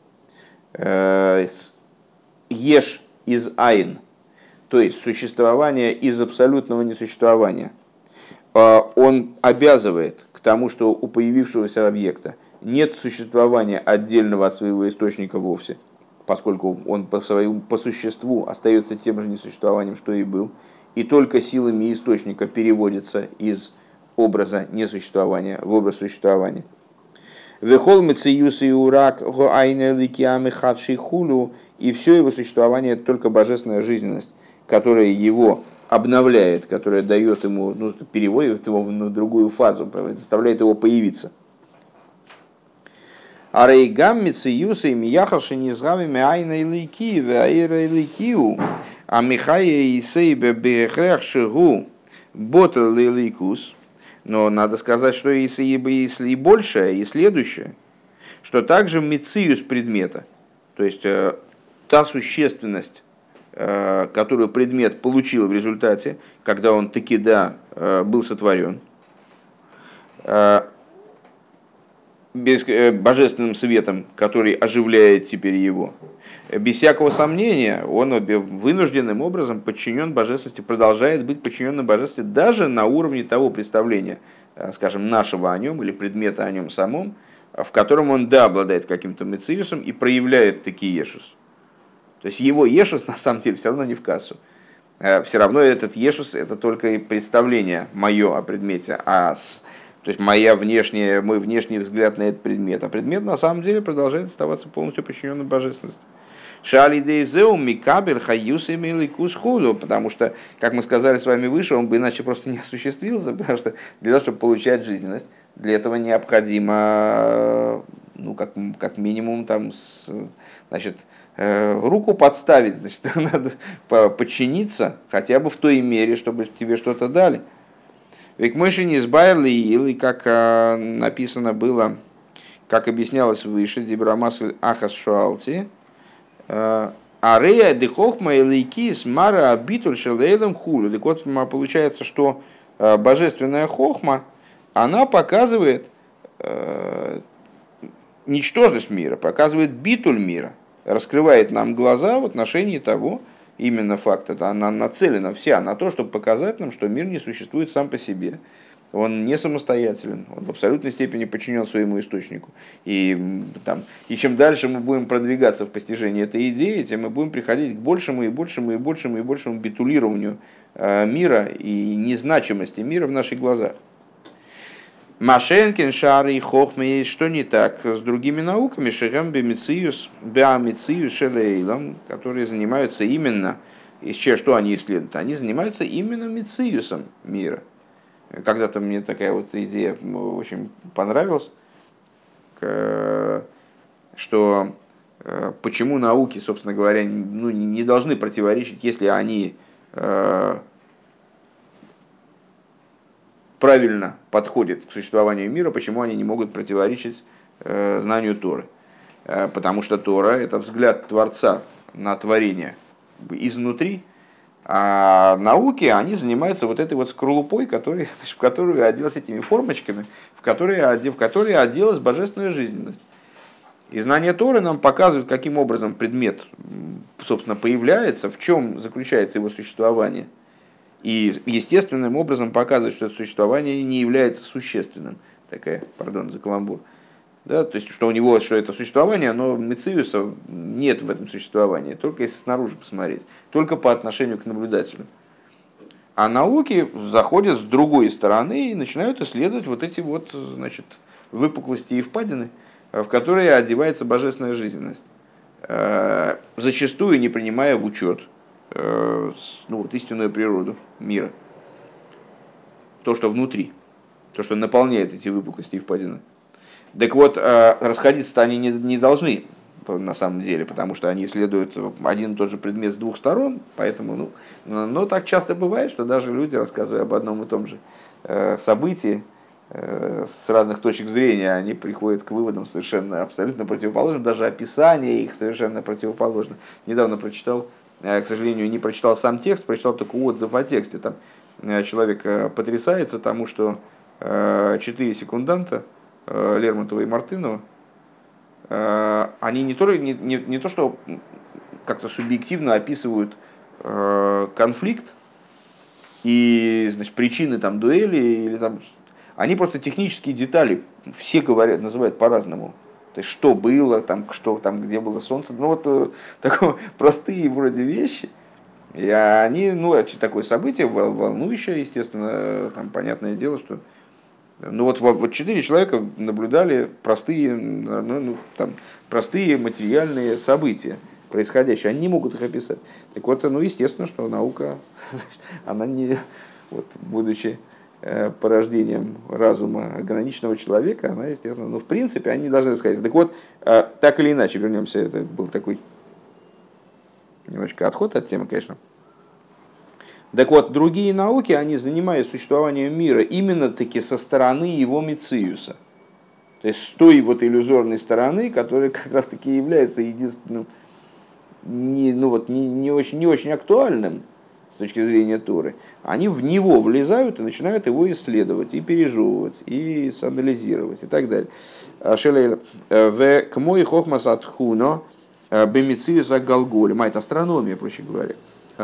еш из айн, то есть существование из абсолютного несуществования, он обязывает к тому, что у появившегося объекта нет существования отдельного от своего источника вовсе, поскольку он по существу остается тем же несуществованием, что и был, и только силами источника переводится из образа несуществования в образ существования. Вехол мециюс и урак гоайне ликиамы хадши хулу, и все его существование это только божественная жизненность, которая его обновляет, которая дает ему, переводит его на другую фазу, заставляет его появиться. Арейгам мециюс и мияхаши низгавими айна илики ваира иликиу. А Михая и Сейбе Бехрех Шигу Ботл Лиликус. Но надо сказать, что если и большее, и следующее, что также мециюс предмета, то есть та существенность, которую предмет получил в результате, когда он таки был сотворен, божественным светом, который оживляет теперь его, без всякого сомнения, он вынужденным образом подчинен божественности, продолжает быть подчиненным божественности даже на уровне того представления, скажем, нашего о нем или предмета о нем самом, в котором он, обладает каким-то мециусом и проявляет таки ешус. То есть его ешус на самом деле все равно не в кассу. Все равно этот ешус это только и представление мое о предмете, то есть мой внешний взгляд на этот предмет. А предмет на самом деле продолжает оставаться полностью подчиненным божественности. Потому что, как мы сказали с вами выше, он бы иначе просто не осуществился, потому что для того, чтобы получать жизненность, для этого необходимо, как минимум, руку подставить, надо подчиниться хотя бы в той мере, чтобы тебе что-то дали. Ведь мы же не избавили, или как написано было, как объяснялось выше, Дибрамасль Ахас Шуалти, Арея дехохма элейкис мара абитуль шелейлем хулю. Так вот, получается, что божественная хохма, она показывает ничтожность мира, показывает битуль мира, раскрывает нам глаза в отношении того, именно факта, она нацелена вся на то, чтобы показать нам, что мир не существует сам по себе. Он не самостоятелен, он в абсолютной степени подчинен своему источнику. И чем дальше мы будем продвигаться в постижении этой идеи, тем мы будем приходить к большему и большему и большему и большему битулированию мира и незначимости мира в наших глазах. Машенкин, Шары и Хохме, что не так с другими науками, Шегам Бемициюс, Беамициюс, Шелейлом, которые занимаются именно, что они исследуют? Они занимаются именно Мициюсом мира. Когда-то мне такая вот идея очень понравилась, что почему науки, собственно говоря, не должны противоречить, если они правильно подходят к существованию мира, почему они не могут противоречить знанию Торы. Потому что Тора – это взгляд Творца на творение изнутри, а науки, они занимаются вот этой вот скорлупой, в которую оделась этими формочками, в которые оделась божественная жизненность. И знание Торы нам показывает, каким образом предмет, собственно, появляется, в чем заключается его существование. И естественным образом показывает, что это существование не является существенным. Пардон за каламбур. Да, то есть, что у него, что это существование, но мециуса нет в этом существовании, только если снаружи посмотреть, только по отношению к наблюдателю. А науки заходят с другой стороны и начинают исследовать вот эти вот, значит, выпуклости и впадины, в которые одевается божественная жизненность, зачастую не принимая в учет вот, истинную природу мира, то, что внутри, то, что наполняет эти выпуклости и впадины. Так вот, расходиться-то они не должны, на самом деле, потому что они исследуют один и тот же предмет с двух сторон, поэтому, но так часто бывает, что даже люди, рассказывая об одном и том же событии, с разных точек зрения, они приходят к выводам совершенно абсолютно противоположным, даже описание их совершенно противоположно. Недавно прочитал, к сожалению, не прочитал сам текст, прочитал только отзыв о тексте. Там человек потрясается тому, что 4 секунданта Лермонтова и Мартынова, они не то, что как-то субъективно описывают конфликт и, значит, причины там, дуэли, или там, они просто технические детали все говорят, называют по-разному. То есть, что было, там, что там, где было солнце. Ну, вот такие простые вроде вещи. И они, такое событие волнующее, естественно, там, понятное дело, что вот 4 человека наблюдали простые, простые материальные события происходящие. Они не могут их описать. Так вот, естественно, что наука, она не, вот, будучи порождением разума ограниченного человека, она, естественно, в принципе, они не должны сказать. Так вот, так или иначе, вернемся, это был такой немножко отход от темы, конечно. Так вот, другие науки, они занимают существованием мира именно таки со стороны его мециуса. То есть с той вот иллюзорной стороны, которая как раз таки является единственным, не очень актуальным с точки зрения Торы. Они в него влезают и начинают его исследовать, и пережевывать, и анализировать, и так далее. Шелейль. В к мой хохмас атхуно бемециуса галголем. Это астрономия, проще говоря.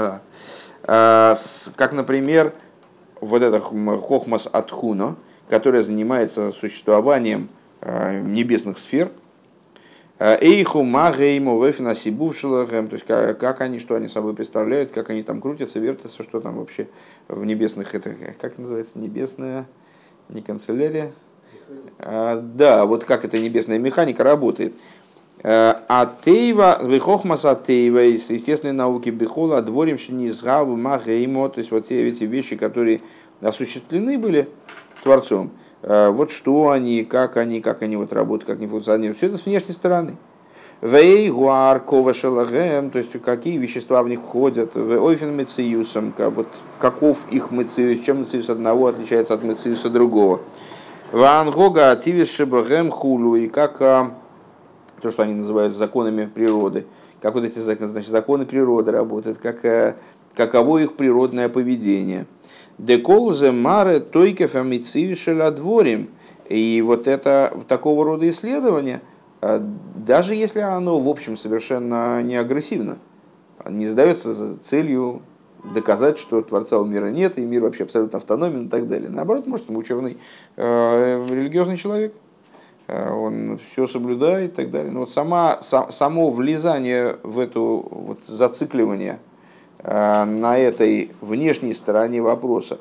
Как, например, вот это хохмас атхуно, которая занимается существованием небесных сфер. Эйху магейму вефнасибувшилахем, то есть как они, что они собой представляют, как они там крутятся, вертятся, что там вообще в небесных, это как называется, небесная, не канцелярия, да, вот как эта небесная механика работает. А тейва, вихохмаса тейва, из естественной науки бихола, дворим шинизгаву магеймо, то есть вот эти вещи, которые осуществлены были Творцом. Вот что они, как они вот работают, как они функционируют. Все это с внешней стороны. Вей гуар ковашелагем, то есть какие вещества в них входят. Ойфен мециусом, вот каков их мециус, чем мециус одного отличается от мециуса другого. Ван гога ативис шебагем хулу, и как то, что они называют законами природы, как вот эти законы природы работают, каково их природное поведение. Деколзе маре тойкев амицивишеля дворим. И вот это такого рода исследование, даже если оно в общем совершенно не агрессивно, не задается целью доказать, что Творца у мира нет, и мир вообще абсолютно автономен и так далее. Наоборот, может, ученый, религиозный человек, он все соблюдает и так далее. Но вот само влезание в эту вот зацикливание на этой внешней стороне вопроса,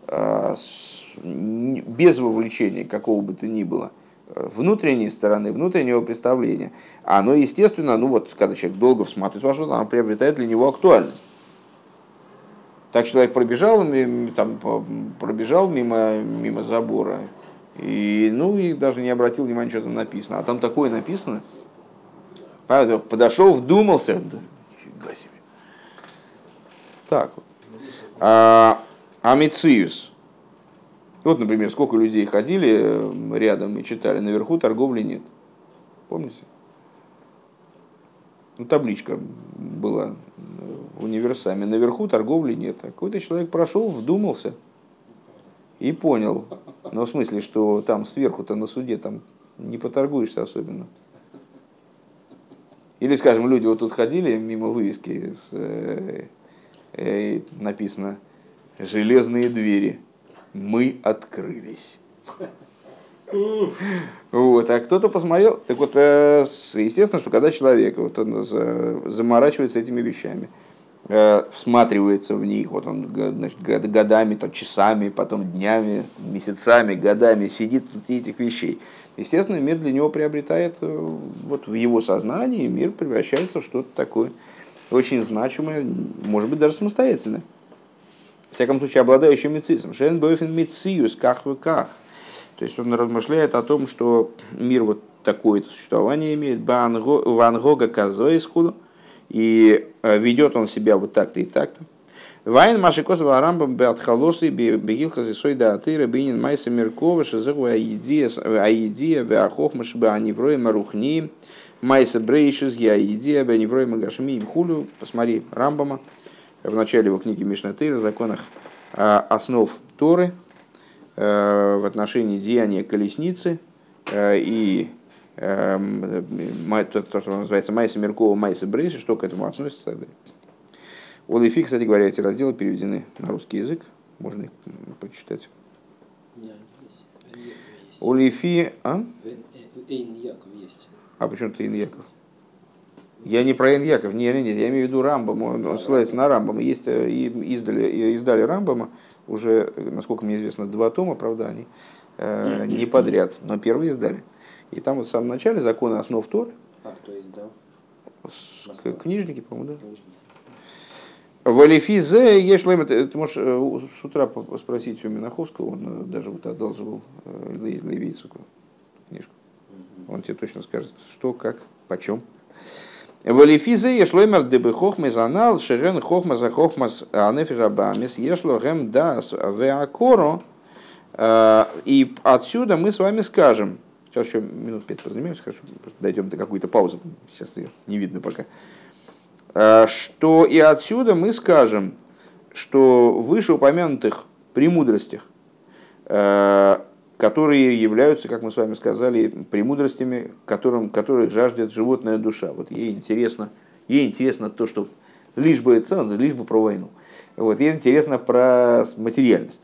без вовлечения какого бы то ни было, внутренней стороны, внутреннего представления, оно, естественно, когда человек долго всматривается во что-то, оно приобретает для него актуальность. Так человек пробежал мимо забора, и даже не обратил внимания, что там написано. А там такое написано. Подошел, вдумался. Да, нифига себе. Так вот. Амициус. Вот, например, сколько людей ходили рядом и читали. Наверху торговли нет. Помните? Табличка была в универсаме. Наверху торговли нет. А какой-то человек прошел, вдумался и понял. В смысле, что там сверху-то на суде там не поторгуешься особенно. Или, скажем, люди вот тут ходили мимо вывески, написано «Железные двери. Мы открылись». Вот, а кто-то посмотрел, так вот, естественно, что когда человек вот, он заморачивается этими вещами, всматривается в них, вот он, значит, годами, там, часами, потом днями, месяцами, годами сидит внутри этих вещей. Естественно, мир для него приобретает, вот в его сознании мир превращается в что-то такое очень значимое, может быть, даже самостоятельное. В всяком случае, обладающее мицизмом. Шен бойфен мициюс, ках в ках. То есть он размышляет о том, что мир вот такое-то существование имеет, ван Гога козой исходу, и ведет он себя вот так-то и так-то. Вайн машикос варамбам беатхалосы бегилхази сойда атыра бинин майса меркова шезэгу аидия веахохмаш беаневрой марухни майса брейшиз яидия беаневрой магашми имхулю. Посмотри Рамбама в начале его книги Мишна Тейра, законах основ Торы, в отношении деяния колесницы и то, что называется Майса Меркова, Майса Брейши, что к этому относится и так далее. Олифи, кстати говоря, эти разделы переведены на русский язык, можно их прочитать. Олифи, а? А почему-то Ин Яков? Я не про Ин Яков, нет, я имею в виду Рамбам, он ссылается на Рамбама. Есть, издали Рамбама, уже, насколько мне известно, 2 тома, правда, они не подряд, но первый издали. И там вот в самом начале законы основ Торы. А кто издал? Книжники, по-моему, да. В Алифизе ешлем, ты можешь с утра спросить у Минаховского, он даже вот одалживал Левицу книжку. Он тебе точно скажет, что, как, почем. В Алифизе ешлемер дебы хохмез анал, шерен хохмаз а хохмаз анефиш абамис, ешло гем дас веакоро. И отсюда мы с вами скажем, сейчас еще минут 5 позанимаемся, хорошо, дойдем до какой-то паузы, сейчас ее не видно пока, что и отсюда мы скажем, что в вышеупомянутых премудростях, которые являются, как мы с вами сказали, премудростями, которых жаждет животная душа. Вот ей интересно то, что лишь бы это, лишь бы про войну. Вот, ей интересно про материальность.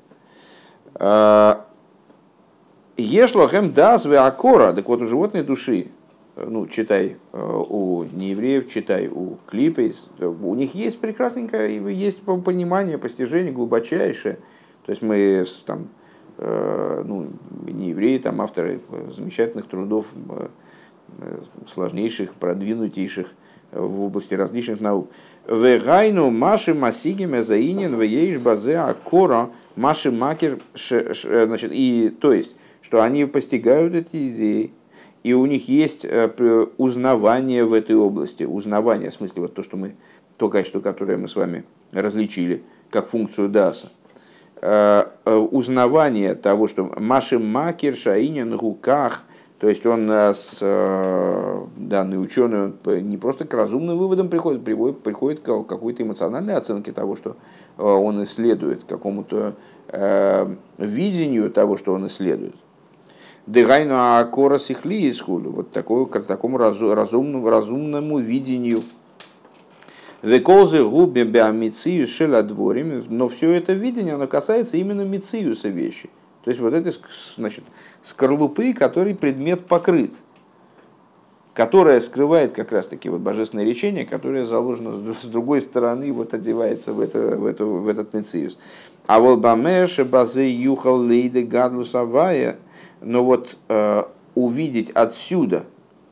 Ешлохем дас веакора, так вот у животной души, ну, читай у неевреев, читай у клипейс, у них есть прекрасненькое, есть понимание, постижение глубочайшее. То есть мы там, ну, не евреи, там авторы замечательных трудов, сложнейших, продвинутейших в области различных наук. Вегайну маши масигиме заинен вееш базе акора маши макер, значит, и то есть, что они постигают эти идеи, и у них есть узнавание в этой области, узнавание, в смысле вот то качество, которое мы с вами различили, как функцию даса. Узнавание того, что маши макер шаинен руках, то есть он, данный ученый, он не просто к разумным выводам приходит к какой-то эмоциональной оценке того, что он исследует, к какому-то видению того, что он исследует. Дегайну акора сихли исхуду, вот к такому разумному видению. Веколзы губе беамицию шеладворим, но все это видение, оно касается именно мициуса вещи. То есть вот этой, значит, скорлупы, которой предмет покрыт, которая скрывает как раз-таки вот божественное речение, которое заложено с другой стороны, вот одевается в этот мициус. А волбамеш базы юхал лейде гадлу савая, но вот увидеть отсюда,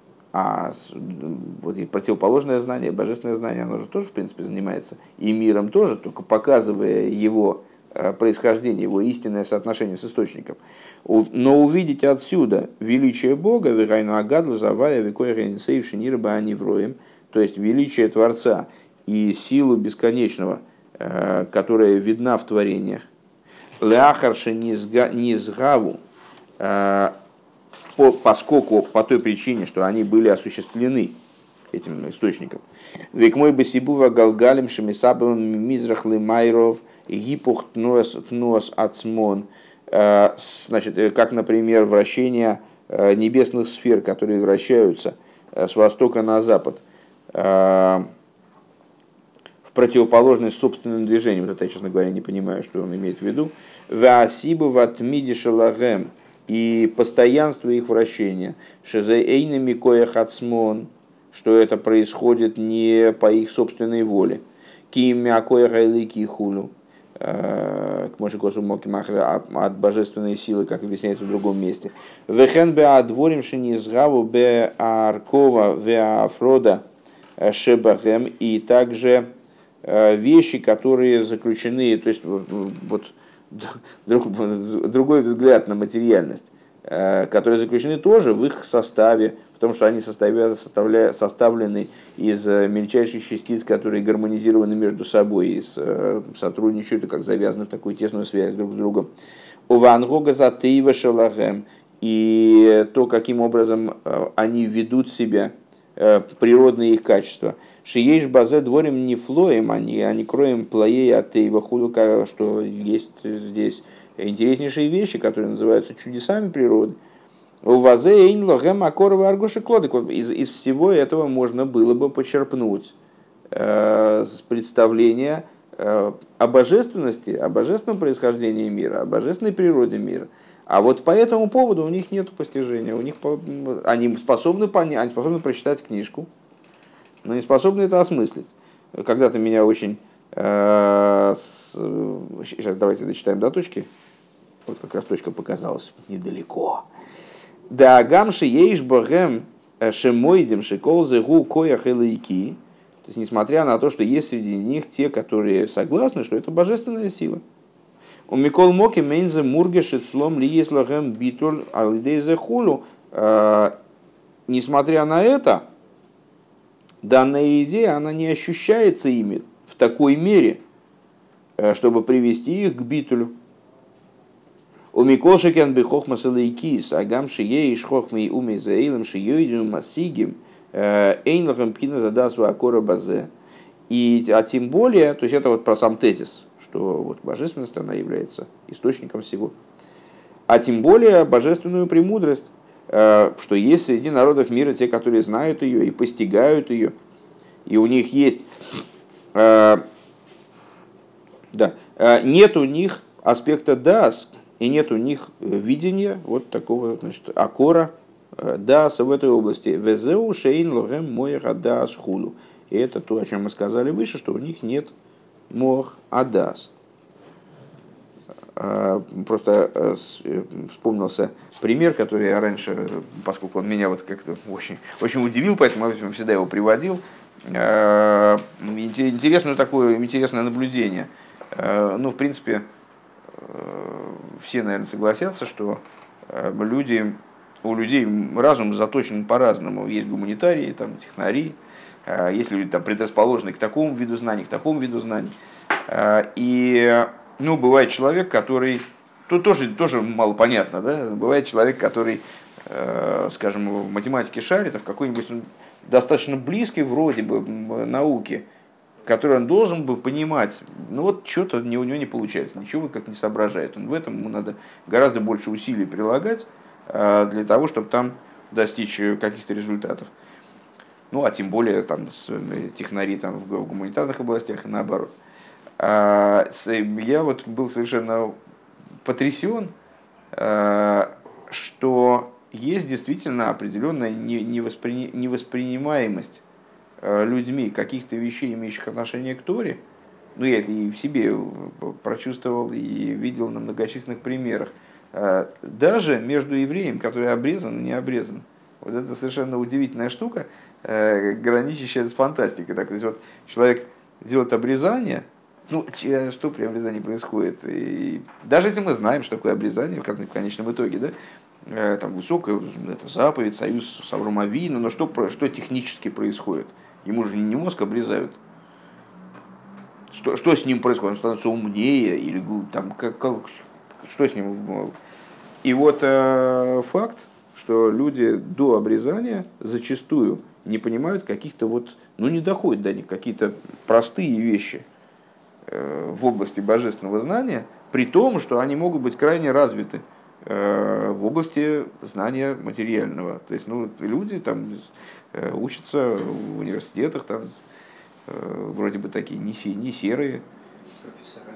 вот и противоположное знание, божественное знание, оно же тоже, в принципе, занимается и миром тоже, только показывая его происхождение, его истинное соотношение с источником. Но увидеть отсюда величие Бога, вегайну агадлу завая векой ренесейв шинир бааневроем, то есть величие Творца и силу бесконечного, которая видна в творениях, леахарши низгаву, поскольку по той причине, что они были осуществлены этим источником. Век мой басибува галгалим шемисабам мизрахлы майров гипух тнос ацмон. Значит, как, например, вращение небесных сфер, которые вращаются с востока на запад в противоположность собственным движениям. Вот это я, честно говоря, не понимаю, что он имеет в виду. Ваасибу ватмиди шалагем и постоянство их вращения. Шезеэйнами коях ацмон, что это происходит не по их собственной воле. Кимя коях айлики хулу, к Мошекосу Мокимахра, от божественной силы, как объясняется в другом месте. Вехен беадворим шинизгаву беаркова веафрода шебахем, и также вещи, которые заключены, то есть вот другой взгляд на материальность, которые заключены тоже в их составе, в том, что они составлены из мельчайших частиц, которые гармонизированы между собой и сотрудничают, и как завязаны в такую тесную связь друг с другом. У Ван Гога затыва шалагем, и то, каким образом они ведут себя, природные их качества. Шиеш базе дворим не флоем, они кроем плоей от Тейва Худука, что есть здесь интереснейшие вещи, которые называются чудесами природы. У вазе эйн логем акорова аргуши клодик. Из всего этого можно было бы почерпнуть представление о божественности, о божественном происхождении мира, о божественной природе мира. А вот по этому поводу у них нет постижения. Они способны понять, они способны прочитать книжку, но не способны это осмыслить. Когда-то меня очень... Сейчас давайте дочитаем до точки. Вот как раз точка показалась недалеко. Да гамши ейш богем шемойдем шиколзе гу коях элайки. То есть, несмотря на то, что есть среди них те, которые согласны, что это божественная сила. У Микол Моки Мейнзе Мурге Шицлом Лиес Лагем Битуль Алидейзе Хулу. Несмотря на это, данная идея, она не ощущается ими в такой мере, чтобы привести их к битулю. У Микол Шекен Бихохма Салайкис, Агам Шиеиш Хохмей Умей Заилем Шиёйдю Масигим, Эйнлахам Пхина Задасва Акора Базе. А тем более, то есть это вот про сам тезис, что вот божественность, она является источником всего. А тем более божественную премудрость, что есть среди народов мира те, которые знают ее и постигают ее. И у них есть... нет у них аспекта дас, и нет у них видения вот такого, значит, акора даса в этой области. Везеу шейн логем моеха дас хулу. И это то, о чем мы сказали выше, что у них нет мох адас. Просто вспомнился пример, который я раньше, поскольку он меня вот как-то очень, очень удивил, поэтому я всегда его приводил. Интересное наблюдение. Ну, в принципе, все, наверное, согласятся, что у людей разум заточен по-разному. Есть гуманитарии, там, технари, есть люди там, предрасположенные к такому виду знаний, к такому виду знаний. И бывает человек, который... Тут тоже мало понятно, да? Бывает человек, который, скажем, в математике шарит, а в какой-нибудь достаточно близкой вроде бы науке, который он должен бы понимать, что-то у него не получается, ничего как не соображает. В этом ему надо гораздо больше усилий прилагать для того, чтобы там достичь каких-то результатов. А тем более там, технари там, в гуманитарных областях и наоборот. Я вот был совершенно потрясен, что есть действительно определенная невоспринимаемость людьми каких-то вещей, имеющих отношение к Торе. Я это и в себе прочувствовал и видел на многочисленных примерах. Даже между евреем, который обрезан и не обрезан. Вот это совершенно удивительная штука, граничащая с фантастикой. То есть вот человек делает обрезание, что при обрезании происходит? И даже если мы знаем, что такое обрезание в конечном итоге, да, там высокая это заповедь, союз с Авром Авину, но что технически происходит? Ему же не мозг обрезают. Что с ним происходит? Он становится умнее или там что с ним? И вот факт, что люди до обрезания зачастую не понимают каких-то не доходят до них какие-то простые вещи в области божественного знания, при том, что они могут быть крайне развиты в области знания материального. То есть люди там учатся в университетах, там, вроде бы такие не серые.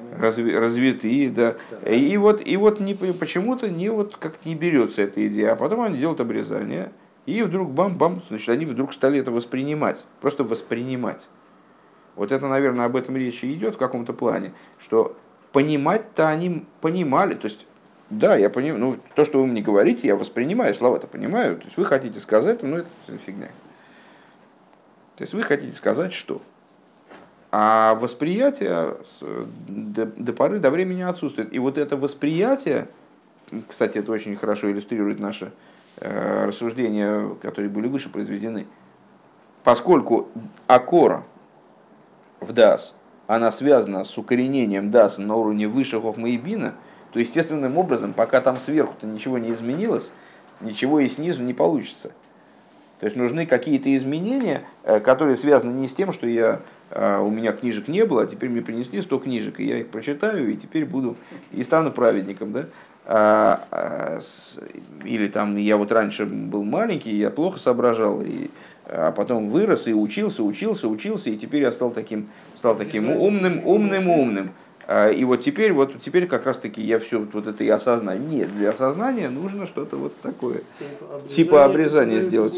развитые, да. И вот почему-то как не берется эта идея, а потом они делают обрезание, и вдруг бам-бам, значит, они вдруг стали это воспринимать, просто воспринимать. Вот это, наверное, об этом речь и идет в каком-то плане, что понимать-то они понимали, то есть, да, я понимаю, ну, то, что вы мне говорите, я воспринимаю, слова-то понимаю, то есть вы хотите сказать, ну, это фигня. То есть вы хотите сказать, что? А восприятие до поры до времени отсутствует. И вот это восприятие, кстати, это очень хорошо иллюстрирует наши рассуждения, которые были выше произведены. Поскольку акора в дас, она связана с укоренением даса на уровне выше хохмы и бина, то естественным образом, пока там сверху-то ничего не изменилось, ничего и снизу не получится. То есть нужны какие-то изменения, которые связаны не с тем, что у меня книжек не было, а теперь мне принесли 100 книжек, и я их прочитаю, и теперь буду и стану праведником. Да? Или там я вот раньше был маленький, я плохо соображал, а потом вырос и учился, и теперь я стал таким умным. И вот теперь как раз таки я все вот это и осознаю. Нет, для осознания нужно что-то вот такое, типа обрезания сделать.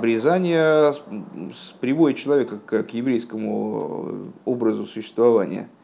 Обрезание приводит человека к еврейскому образу существования.